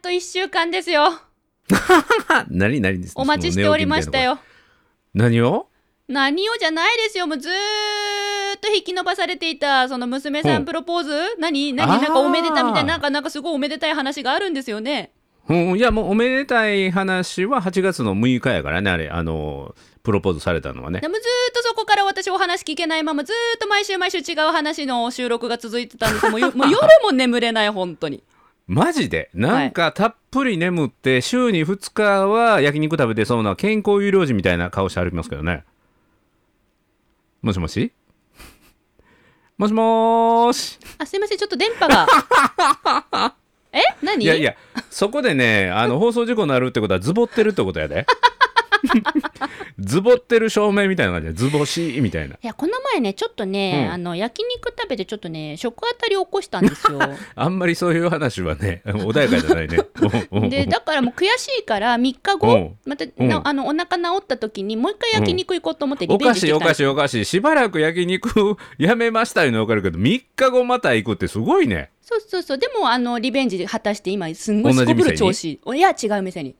と1週間ですよ。 何ですお待ちしておりましたよ。 何をじゃないですよ。もうずーっと引き延ばされていたその娘さんプロポーズ、なんかおめでたみたいな、なんかすごいおめでたい話があるんですよね。 いやもうおめでたい話は8月の6日やからね、あれプロポーズされたのはね。 でもずーっとそこから私お話聞けないままずーっと毎週違う話の収録が続いてたんです。もう夜も眠れない、本当に。 マジでなんかたっぷり眠って週に2日は焼肉食べてそうな健康有料児みたいな顔して歩きますけどね。もしもしもしもーし。 すいません、ちょっと電波が何？ いやそこでね放送事故になるってことはズボってるってことやで。ズボってる照明みたいな感じでズボしみたいな。 いやこの前ねちょっとね、焼肉食べてちょっとね食当たり起こしたんですよ。 あんまりそういう話はね穏やかじゃないね。 でだからもう悔しいから3日後またお腹治った時にもう一回焼肉行こうと思ってリベンジしてきたんです。 おかしいしばらく焼肉やめましたいうの分かるけど3日後また行くってすごいね。 そうでもリベンジ果たして今すんごいすこぶる調子いい。いや違う店に。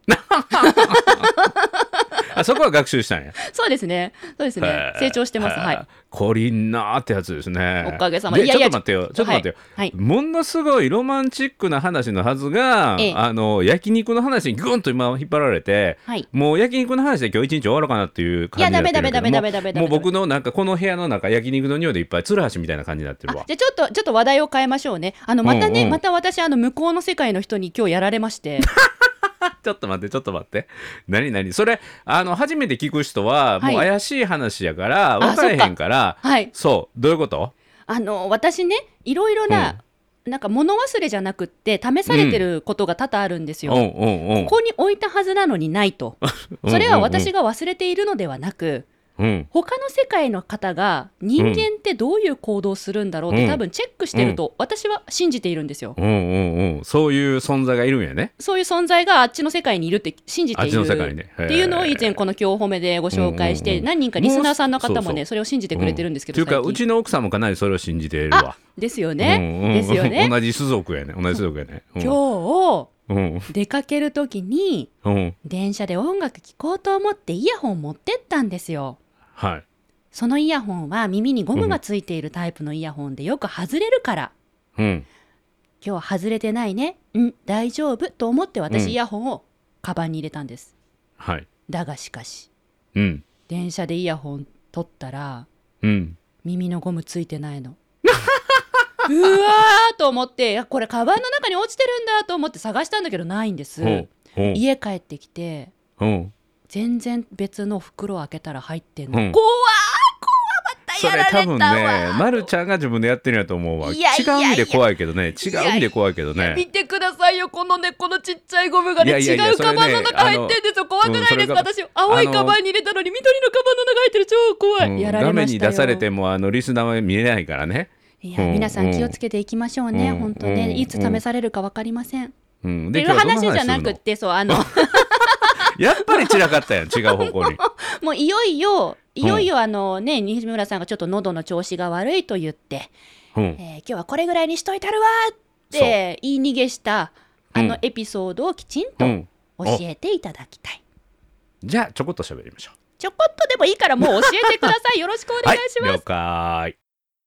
そこは学習したんや。 そうですね成長してます。はい。 コリンナーってやつですね。 おかげさまで。ちょっと待ってよ、 はい、 ものすごいロマンチックな話のはずが、焼肉の話にグンと今引っ張られて、もう焼肉の話で今日一日終わろうかなっていう感じになってるけど、 ダメもう僕のなんかこの部屋の中焼肉の匂いでいっぱいつるはしみたいな感じになってるわ。 じゃあちょっと話題を変えましょうね。また私向こうの世界の人に今日やられましてちょっと待って何それ初めて聞く人はもう怪しい話やから分からへんから、そうどういうこと？ 私ねいろいろな、なんか物忘れじゃなくって試されてることが多々あるんですよ。ここに置いたはずなのにないと。それは私が忘れているのではなく、他の世界の方が人間ってどういう行動をするんだろうって多分チェックしてると私は信じているんですよ。 そういう存在がいるんやね。 そういう存在があっちの世界にいるって信じているっていうのを以前この今日褒めでご紹介して、何人かリスナーさんの方もねそれを信じてくれてるんですけど、 というかうちの奥さんもかなりそれを信じているわ。 ですよね。 同じ種族やね。今日出かける時に電車で音楽聴こうと思ってイヤホン持ってったんですよ。 はい。 そのイヤホンは耳にゴムがついているタイプのイヤホンでよく外れるから、今日は外れてないね、大丈夫と思って私イヤホンをカバンに入れたんです。だがしかし、電車でイヤホン取ったら、耳のゴムついてないの。うわーと思って、これカバンの中に落ちてるんだと思って探したんだけどないんです。家帰ってきて、全然別の袋を開けたら入ってんの。怖またやられたわ。それ多分ね、まるちゃんが自分でやってるんやと思うわ。違う意味で怖いけどね。 見てくださいよ、このちっちゃいゴムがね、違うカバンの中入ってんですよ。怖くないですか？私青いカバンに入れたのに緑のカバンの中入ってる、超怖い。やられましたよ。 画面に出されてもリスナーは見えないからね。 皆さん気をつけていきましょうね。本当ね、いつ試されるか分かりません。っていう話じゃなくって、 やっぱり散らかったやん、違う方向に。 もういよいよ西村さんがちょっと喉の調子が悪いと言って、今日はこれぐらいにしといたるわって言い逃げしたエピソードをきちんと教えていただきたい。 じゃあちょこっと喋りましょう。 ちょこっとでもいいからもう教えてください。よろしくお願いします。 了解。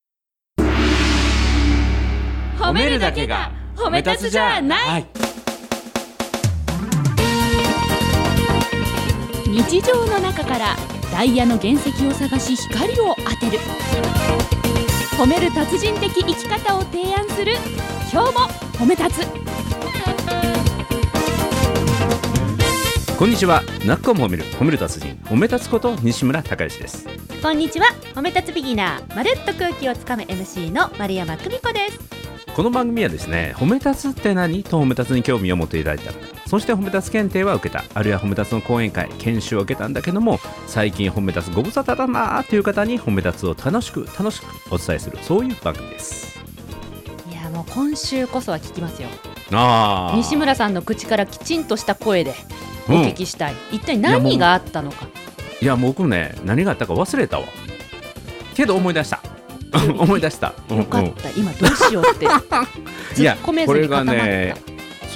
褒めるだけが褒め立つじゃない。日常の中からダイヤの原石を探し光を当てる、褒める達人的生き方を提案する、今日も褒め立つ。 こんにちは。なっこも褒める達人、褒め立つこと西村孝之です。 こんにちは。褒め立つビギナー、まるっと空気をつかむ MC の丸山久美子です。 この番組はですね、褒め立つって何と褒め立つに興味を持っていただいた方、そして褒め立つ検定は受けた、あるいは褒め立つの講演会研修を受けたんだけども、最近褒め立つご無沙汰だなという方に褒め立つを楽しくお伝えする、そういう番組です。 いやもう今週こそは聞きますよ。 西村さんの口からきちんとした声でお聞きしたい。一体何があったのか。 いやもう僕ね、何があったか忘れたわ。けど思い出した思い出した。 よかった、今どうしようってずっこめずに固まった。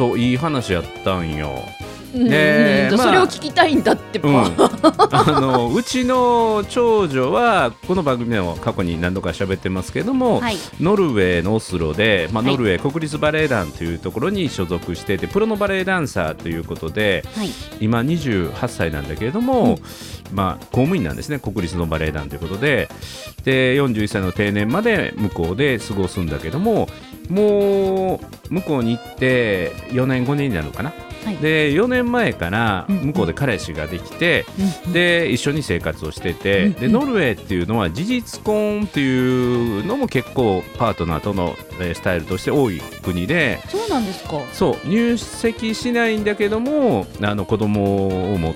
そういい話やったんよ。 それを聞きたいんだってば、 うちの長女はこの番組でも過去に何度か喋ってますけども、はい、ノルウェーのオスロで、ノルウェー国立バレエ団というところに所属していて、プロのバレエダンサーということで、はい、今28歳なんだけれども、公務員なんですね、国立のバレエ団ということで、41歳の定年まで向こうで過ごすんだけども、もう向こうに行って4年5年になるのかな。はい、で4年前から向こうで彼氏ができて、で一緒に生活をしてて、でノルウェーっていうのは事実婚っていうのも結構パートナーとのスタイルとして多い国で。 そうなんですか。 そう入籍しないんだけども子供を持って、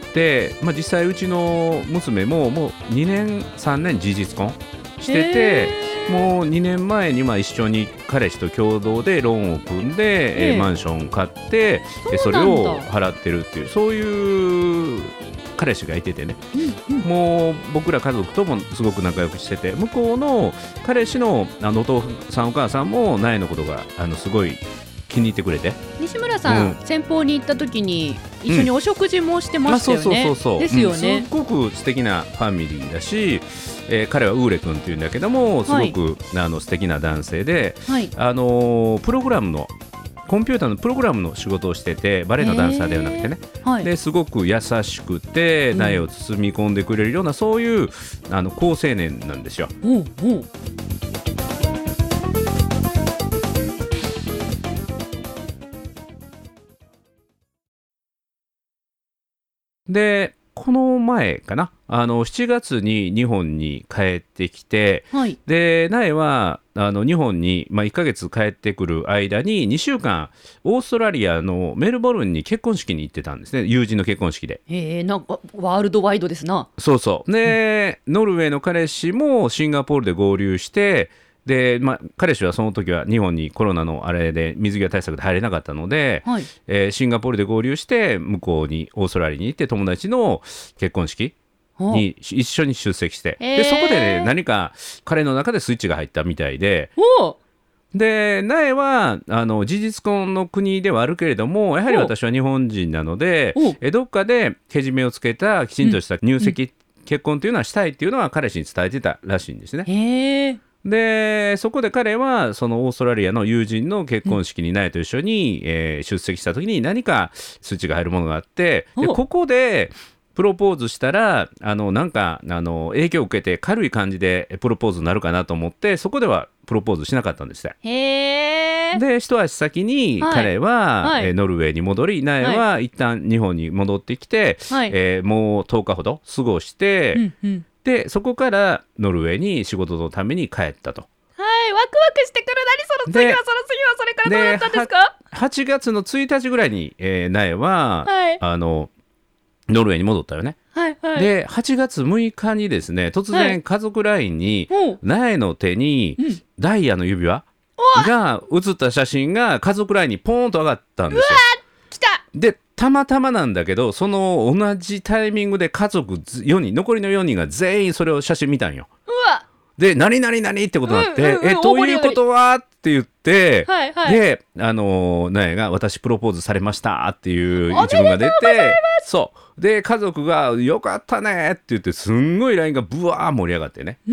実際うちの娘ももう2年3年事実婚してて、もう2年前に一緒に彼氏と共同でローンを組んで、マンションを買ってそれを払ってるっていう、そういう彼氏がいててね、もう僕ら家族ともすごく仲良くしてて、向こうの彼氏のお父さんお母さんも苗のことがすごい気に入ってくれて、 西村さん、先方に行った時に一緒にお食事もしてましたよね。ですよね。 すごく素敵なファミリーだし、彼はウーレ君っていうんだけども、すごく、素敵な男性で、プログラムのコンピューターのプログラムの仕事をしてて、バレエのダンサーではなくてね、ですごく優しくて苗を包み込んでくれるような、そういう好青年なんですよ。でこの前かな、7月に日本に帰ってきて、で苗は日本に、1ヶ月帰ってくる間に2週間オーストラリアのメルボルンに結婚式に行ってたんですね、友人の結婚式で。 なんかワールドワイドですな。 そうそうで、ノルウェーの彼氏もシンガポールで合流して、で彼氏はその時は日本にコロナのあれで水際対策で入れなかったので、シンガポールで合流して向こうにオーストラリアに行って友達の結婚式に一緒に出席して、でそこでね、何か彼の中でスイッチが入ったみたいで、で苗は事実婚の国ではあるけれども、やはり私は日本人なので、どっかでけじめをつけたきちんとした入籍、結婚というのはしたいっていうのは彼氏に伝えてたらしいんですね。でそこで彼はそのオーストラリアの友人の結婚式に苗と一緒に、出席した時に何かスイッチが入るものがあって、でここでプロポーズしたらなんか影響を受けて軽い感じでプロポーズになるかなと思って、そこではプロポーズしなかったんですね。で一足先に彼は、ノルウェーに戻り、苗は一旦日本に戻ってきて、もう10日ほど過ごして、でそこからノルウェーに仕事のために帰ったと。 ワクワクしてくる。何その次はそれからどうなったんですか。 8月の1日ぐらいに、苗は、ノルウェーに戻ったよね。で8月6日にですね、突然家族 LINE に、苗の手にダイヤの指輪が写った写真が家族 LINE にポーンと上がったんですよ。 来た。 でたまたまなんだけど、その同じタイミングで家族4人、残りの4人が全員それを写真見たんよ。で何ってことになって、ということはって言って、で苗が私プロポーズされましたっていう一文が出て、そうで家族がよかったねって言って、すんごい LINE がブワー盛り上がってね、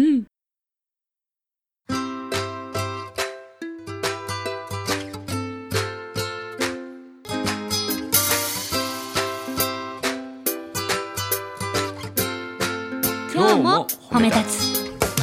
今日も褒め立つ。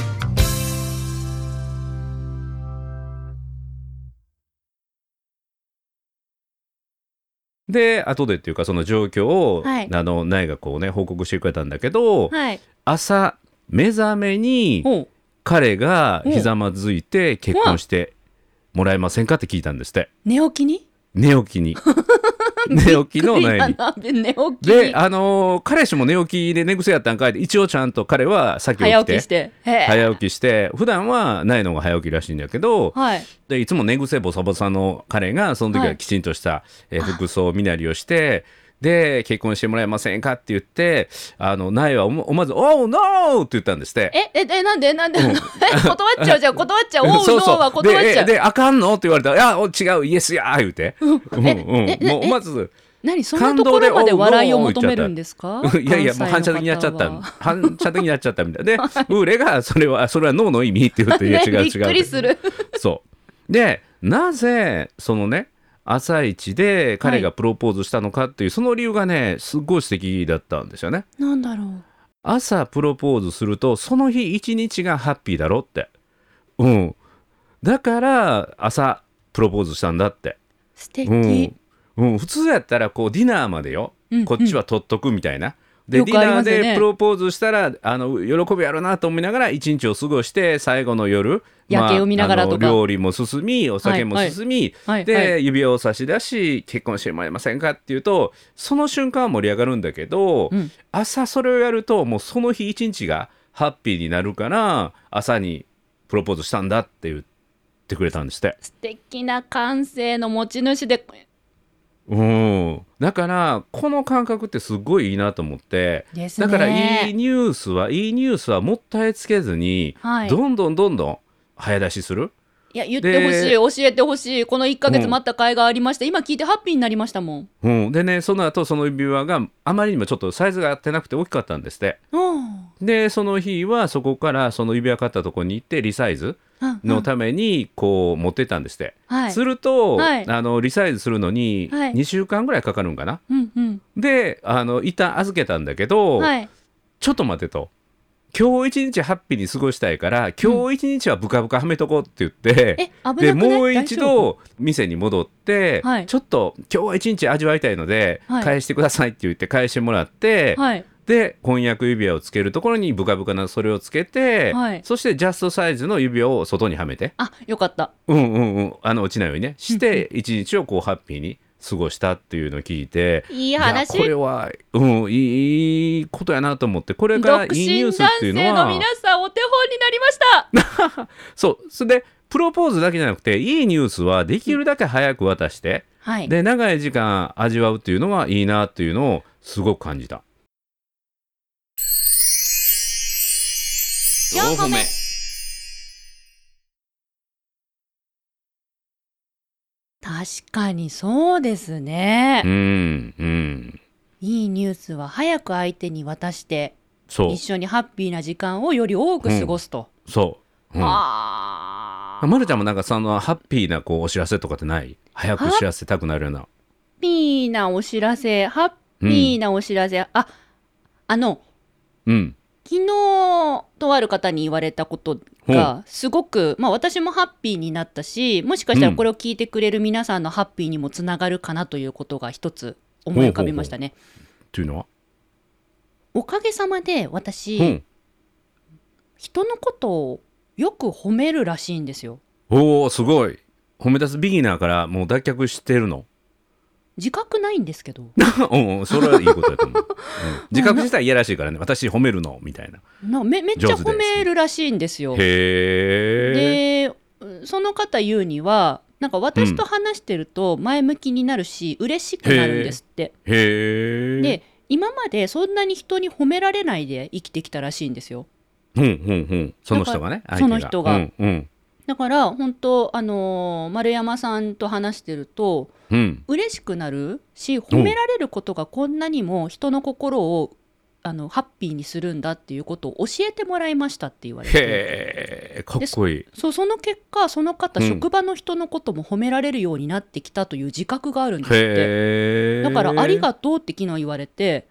で後でっていうか、その状況を、苗がこうね報告してくれたんだけど、朝目覚めに彼がひざまずいて結婚してもらえませんかって聞いたんですって。 寝起きに寝起きの苗に。で彼氏も寝起きで寝癖やったんかいで、一応ちゃんと彼は先起きて早起きして、普段は苗の方が早起きらしいんだけど、でいつも寝癖ボサボサの彼がその時はきちんとした、服装身なりをして、 で結婚してもらえませんかって言って苗は思わず「おうノー!」って言ったんですって。 なんで、断っちゃうじゃん、断っちゃう、おうノーは断っちゃう。 であかんのって言われたら「いや違うイエスや」言うて、もうまず何そんなところまで笑いを求めるんですか？ いやいやもう反射的にやっちゃったみたいでウーレがそれはノーの意味って言っていや違うびっくりする。 そうでなぜそのね朝一で彼がプロポーズしたのかっていう、その理由がねすごい素敵だったんですよね。 なんだろう。 朝プロポーズするとその日一日がハッピーだろって、だから朝プロポーズしたんだって。 素敵。 普通やったらこうディナーまでよ、こっちは取っとくみたいな。でよディナーくありますよねでプロポーズしたら喜びやろなと思いながら一日を過ごして、最後の夜夜景を見ながらとか、 料理も進みお酒も進み、で指輪を差し出し結婚してもらえませんかっていうと、その瞬間は盛り上がるんだけど、朝それをやるともうその日一日がハッピーになるから朝にプロポーズしたんだって言ってくれたんですって。 素敵な感性の持ち主で、 だからこの感覚ってすごいいいなと思って、 ですね、 だからいいニュースはもったいつけずに、どんどん早出しする。 いや言ってほしい、教えてほしい。この1ヶ月待った甲斐がありました、今聞いてハッピーになりましたもん。 でねその後その指輪があまりにもちょっとサイズが合ってなくて大きかったんですって。でその日はそこからその指輪買ったとこに行ってリサイズのためにこう持ってったんですって、すると、リサイズするのに2週間ぐらいかかるんかな、で一旦預けたんだけど、ちょっと待てと、今日一日ハッピーに過ごしたいから今日一日はブカブカはめとこうって言って、でもう一度店に戻って、ちょっと今日は一日味わいたいので、返してくださいって言って返してもらって、で婚約指輪をつけるところにブカブカなそれをつけて、そしてジャストサイズの指輪を外にはめて、 よかった、 落ちないようにねして一日をこうハッピーに過ごしたっていうのを聞いて、 いい話。 これは、いいことやなと思って、これがいいニュースっていうのは独身男性の皆さんお手本になりました。 それでプロポーズだけじゃなくていいニュースはできるだけ早く渡して、で長い時間味わうっていうのがいいなっていうのをすごく感じた。 4個目。確かにそうですね。いいニュースは早く相手に渡して、一緒にハッピーな時間をより多く過ごすと。 まるちゃんもなんかそのハッピーなこうお知らせとかってない？早く知らせたくなるようなハッピーなお知らせ。 昨日とある方に言われたことがすごく、私もハッピーになったし、もしかしたらこれを聞いてくれる皆さんのハッピーにもつながるかなということが一つ思い浮かびましたね。 というのは、 おかげさまで私、人のことをよく褒めるらしいんですよ。 おーすごい。褒め出すビギナーからもう脱却してるの？ 自覚ないんですけどそれはいいことだと思う、自覚したら嫌らしいからね、私褒めるのみたいな。 めっちゃ褒めるらしいんですよ。 でその方言うには、なんか私と話してると前向きになるし、嬉しくなるんですって。で今までそんなに人に褒められないで生きてきたらしいんですよ。 その人がね、 その人が、だから本当丸山さんと話してると、嬉しくなるし、褒められることがこんなにも人の心をハッピーにするんだっていうことを教えてもらいましたって言われて。 へー、かっこいい。 その結果その方、職場の人のことも褒められるようになってきたという自覚があるんですって。だからありがとうって昨日言われて、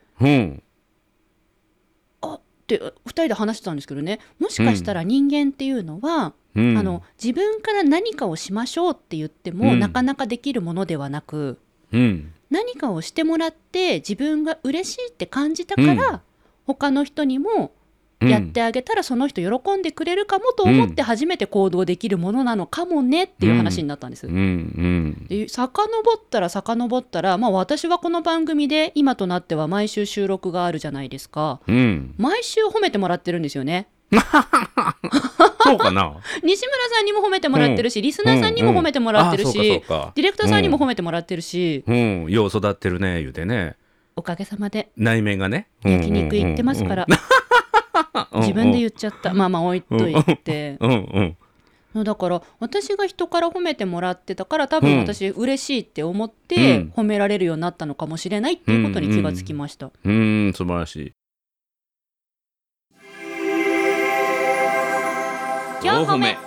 って2人で話してたんですけどね、もしかしたら人間っていうのは、自分から何かをしましょうって言っても、なかなかできるものではなく、何かをしてもらって自分が嬉しいって感じたから、他の人にもやってあげたらその人喜んでくれるかもと思って初めて行動できるものなのかもねっていう話になったんです。で遡ったら、私はこの番組で今となっては毎週収録があるじゃないですか、毎週褒めてもらってるんですよね。 そうかな西村さんにも褒めてもらってるし、リスナーさんにも褒めてもらってるし、ディレクターさんにも褒めてもらってるし、 よう育ってるね言うてね。 おかげさまで内面がね焼肉行ってますから、自分で言っちゃった。まあまあ置いといてだから私が人から褒めてもらってたから多分私嬉しいって思って褒められるようになったのかもしれないっていうことに気がつきました。 素晴らしい。 今日褒め。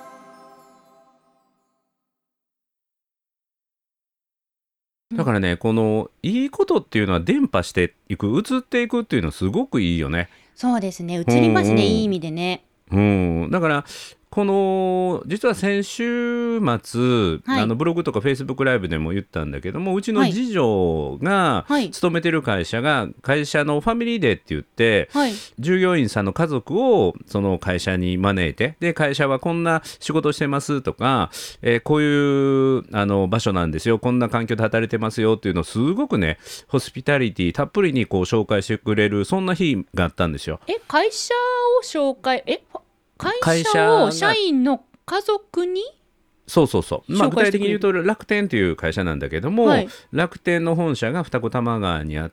だからね、このいいことっていうのは伝播していく、移っていくっていうのはすごくいいよね。 そうですね、移りますね、いい意味でね。 だからこの実は先週末、ブログとかフェイスブックライブでも言ったんだけども、うちの次女が勤めてる会社が会社のファミリーデーって言って、従業員さんの家族をその会社に招いて、で会社はこんな仕事してますとか、こういう場所なんですよ、こんな環境で働いてますよっていうのをすごくね、ホスピタリティたっぷりにこう紹介してくれる、そんな日があったんですよ。 会社を紹介会社を社員の家族にそう、具体的に言うと楽天という会社なんだけども、楽天の本社が二子玉川にあって、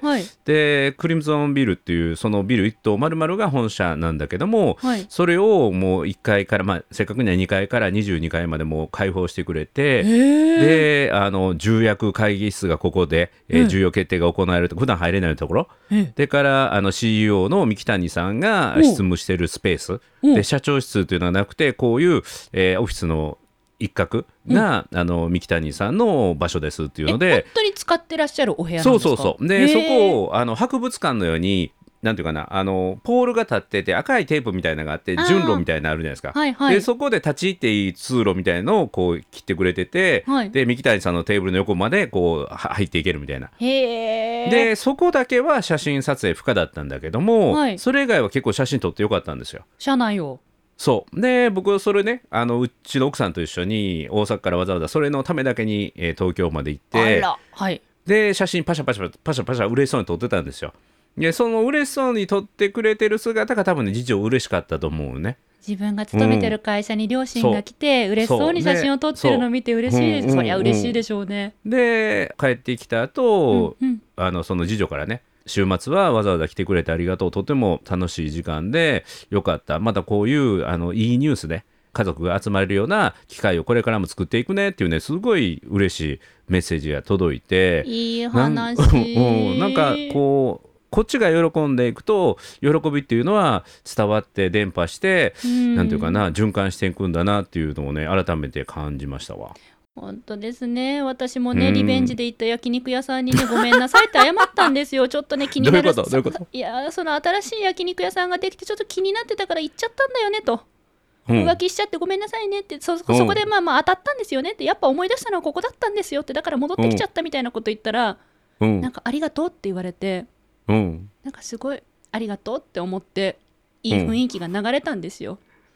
でクリムゾンビルっていうそのビル一棟丸々が本社なんだけども、それをもう1階から、せっかくには2階から22階までもう開放してくれて、で重役会議室がここで、重要決定が行われると普段入れないところでからCEO の三木谷さんが執務してるスペースで、社長室というのはなくて、こういう、オフィスの一角が、三木谷さんの場所ですっていうので、 本当に使ってらっしゃるお部屋なんですか？ そうで、そこを博物館のようになんていうかな、ポールが立ってて赤いテープみたいなのがあって、順路みたいなのあるじゃないですか、でそこで立ち入っていい通路みたいなのをこう切ってくれてて、で三木谷さんのテーブルの横までこう入っていけるみたいな。でそこだけは写真撮影不可だったんだけども、それ以外は結構写真撮ってよかったんですよ、 社内を。 そうで、僕それね、うちの奥さんと一緒に大阪からわざわざそれのためだけに、東京まで行って、で写真パシャパシャ嬉しそうに撮ってたんですよ。でその嬉しそうに撮ってくれてる姿が多分ね、次女嬉しかったと思うね。 自分が勤めてる会社に両親が来て、嬉しそうに写真を撮ってるのを見て嬉しいです。そりゃ嬉しいでしょうね。 で帰ってきた後、その次女からね、週末はわざわざ来てくれてありがとう、とても楽しい時間でよかった、またこういういいニュースで家族が集まれるような機会をこれからも作っていくねっていうね、すごい嬉しいメッセージが届いて、 いい話。 なんかこっちが喜んでいくと、喜びっていうのは伝わって伝播して、なんていうかな、循環していくんだなっていうのをね、改めて感じましたわ。 本当ですね。私もね、リベンジで行った焼肉屋さんにね、ごめんなさいって謝ったんですよ。ちょっとね、気になる。 どういうこと？ いや、その新しい焼肉屋さんができてちょっと気になってたから行っちゃったんだよねと、浮気しちゃってごめんなさいねって、そこでまあ当たったんですよねって、やっぱ思い出したのはここだったんですよって、だから戻ってきちゃったみたいなこと言ったら、なんかありがとうって言われて、なんかすごいありがとうって思っていい雰囲気が流れたんですよ。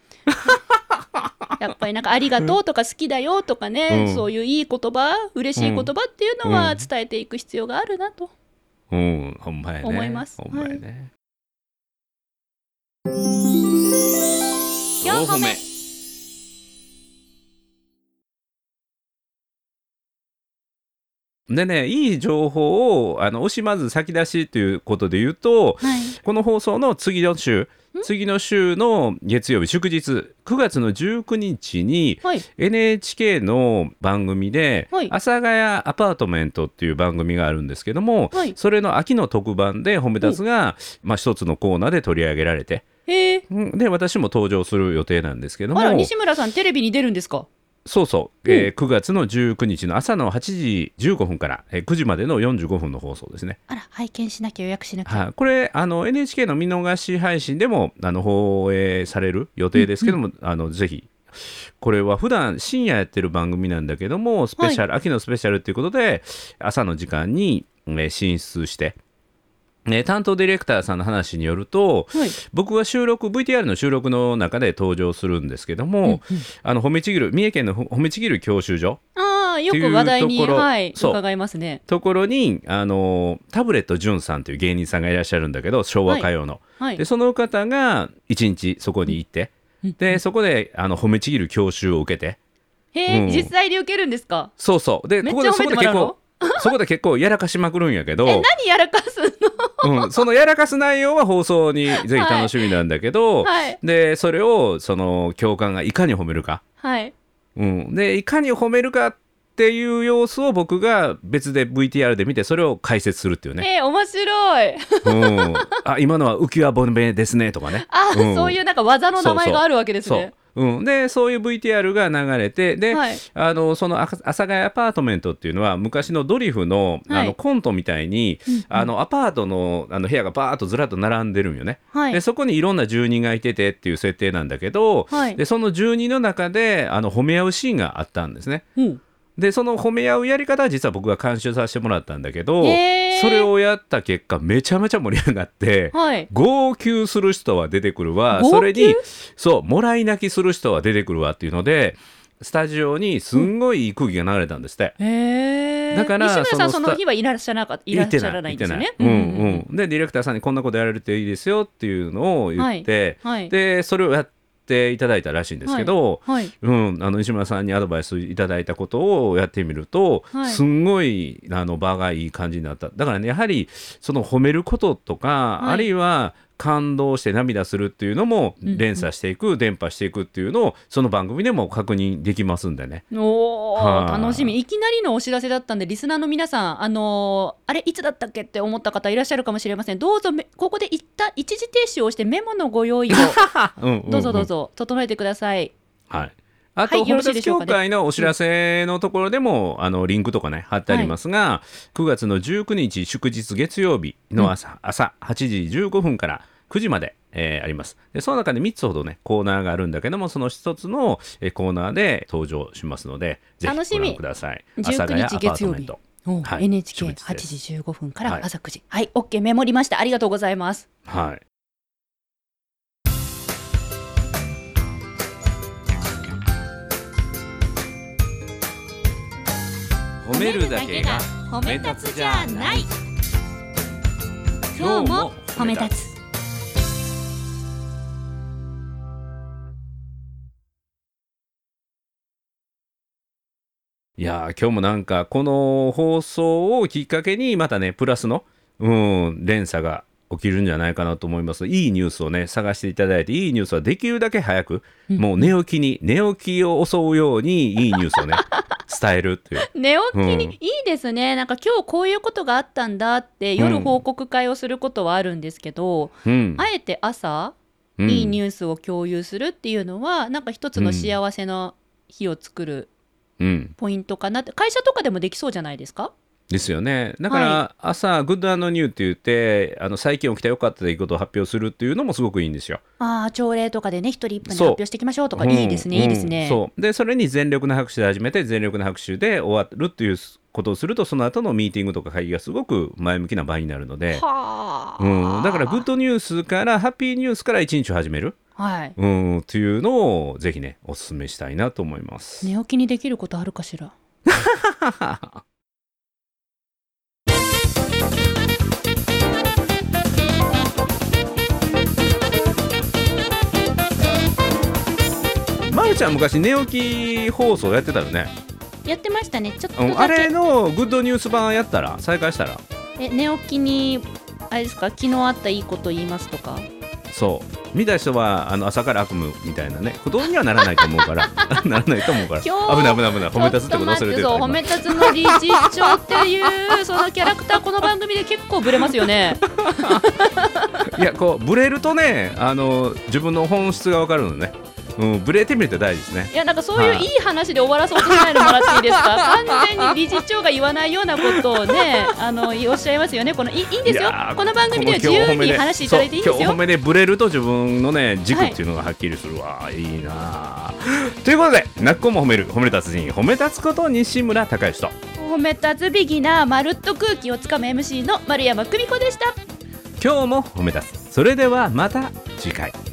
やっぱりなんかありがとうとか好きだよとかね、そういういい言葉、嬉しい言葉っていうのは伝えていく必要があるなとほんまやね、 思います。 ほんまやね。 4歩目。 でね、いい情報を惜しまず先出しということで言うと、この放送の次の週の月曜日祝日9月の19日に NHK の番組で阿佐ヶ谷アパートメントっていう番組があるんですけども、それの秋の特番で褒め立つが一つのコーナーで取り上げられて、で私も登場する予定なんですけども。 あら、西村さんテレビに出るんですか？ そうそう、9月の19日の朝の8時15分から、9時までの45分の放送ですね。 あら、拝見しなきゃ、予約しなきゃ。 これNHK の見逃し配信でも放映される予定ですけども、ぜひ。これは普段深夜やってる番組なんだけども、スペシャル、秋のスペシャルということで朝の時間に、進出して担当ディレクターさんの話によると、僕はVTR の収録の中で登場するんですけども、褒めちぎる、三重県の褒めちぎる教習所、 よく話題に、伺いますね。 ところにタブレット潤さんという芸人さんがいらっしゃるんだけど、昭和歌謡の、でその方が1日そこに行って、でそこで褒めちぎる教習を受けて、 実際に受けるんですか？ そうで、 めっちゃ褒めてもらうの？ そこで結構やらかしまくるんやけど何やらかすのそのやらかす内容は放送にぜひ楽しみなんだけど、 はい、 でそれをその教官がいかに褒めるか、 はい、 でいかに褒めるかっていう様子を僕が別で VTR で見てそれを解説するっていうね。 面白いあ、今のは浮き輪ボンベですねとかね。 そういうなんか技の名前があるわけですね。 でそういう VTR が流れてで、 はい、 その阿佐ヶ谷アパートメントっていうのは昔のドリフの、 はい、 コントみたいに、アパートの、部屋がバーッとずらっと並んでるんよね、 はい、 でそこにいろんな住人がいててっていう設定なんだけど、 はい、 でその住人の中で褒め合うシーンがあったんですね。でその褒め合うやり方は実は僕が監修させてもらったんだけど、それをやった結果めちゃめちゃ盛り上がって、 はい、 号泣する人は出てくるわ、それにもらい泣きする人は出てくるわっていうのでスタジオにすんごいいい空気が流れたんですって。だから西村さんその日はいらっしゃらないんですよね。 でディレクターさんにこんなことやられていいですよっていうのを言って、 はい、 でそれをやっていただいたらしいんですけど、 はいはい、 西村さんにアドバイスいただいたことをやってみると、すんごい場がいい感じになった。だからねやはりその褒めることとか、あるいは感動して涙するっていうのも連鎖していく、伝播していくっていうのをその番組でも確認できますんでね。 楽しみ。いきなりのお知らせだったんでリスナーの皆さんあれいつだったっけって思った方いらっしゃるかもしれません。どうぞここで一時停止をしてメモのご用意をどうぞ整えてください。 はい。あと、褒め立つ協会のお知らせのところでも、リンクとかね貼ってありますが、9月の19日祝日月曜日の朝8時15分から9時まで、あります。でその中で3つほどねコーナーがあるんだけども、その1つの、コーナーで登場しますのでぜひご覧ください。 19日月曜日、NHK8 時15分から朝9時。はい、OK メモりました。ありがとうございます。 はい。褒めるだけが褒め立つじゃない。 今日も褒め立つ。 いや今日もなんかこの放送をきっかけにまたねプラスの、連鎖が起きるんじゃないかなと思います。いいニュースをね探していただいて、いいニュースはできるだけ早く、もう寝起きを襲うようにいいニュースをね伝えるっていう寝起きに、いいですね。なんか今日こういうことがあったんだって夜報告会をすることはあるんですけど、あえて朝、いいニュースを共有するっていうのはなんか一つの幸せの日を作るポイントかなって、会社とかでもできそうじゃないですか。 ですよね。だから朝、グッド&ニューって言って最近起きた良かった出来事を発表するっていうのもすごくいいんですよ。 朝礼とかでね1人1分で発表していきましょうとか、いいですね、いいですね。 そうでそれに全力の拍手で始めて全力の拍手で終わるっていうことをすると、その後のミーティングとか会議がすごく前向きな場になるので、だからグッドニュースからハッピーニュースから一日を始める、っていうのをぜひねお勧めしたいなと思います。 寝起きにできることあるかしら。 まるちゃん昔寝起き放送やってたよね。 やってましたね。ちょっとだけ、 あれのグッドニュース版やったら再開したら寝起きにあれですか、昨日あったいいこと言いますとか。 そう見た人は朝から悪夢みたいなねことにはならないと思うからならないと思うから危ない褒め立つってこと忘れてる。 褒め立つの理事長っていうそのキャラクターこの番組で結構ブレますよね。 いやこうブレるとね自分の本質が分かるのね。ブレてみると大事ですね。 いやなんかそういういい話で終わらそうとしないでもらっていいですか。完全に理事長が言わないようなことをねおっしゃいますよね。いいんですよ。この番組では自由に話していただいていいんですよ。 今日褒めでブレると自分のね軸っていうのがはっきりするわ、いいなということで、なっこも褒める褒め立つ人褒め立つこと西村孝之と褒め立つビギナーまるっと空気をつかむ MC の丸山久美子でした。 今日も褒め立つ。それではまた次回。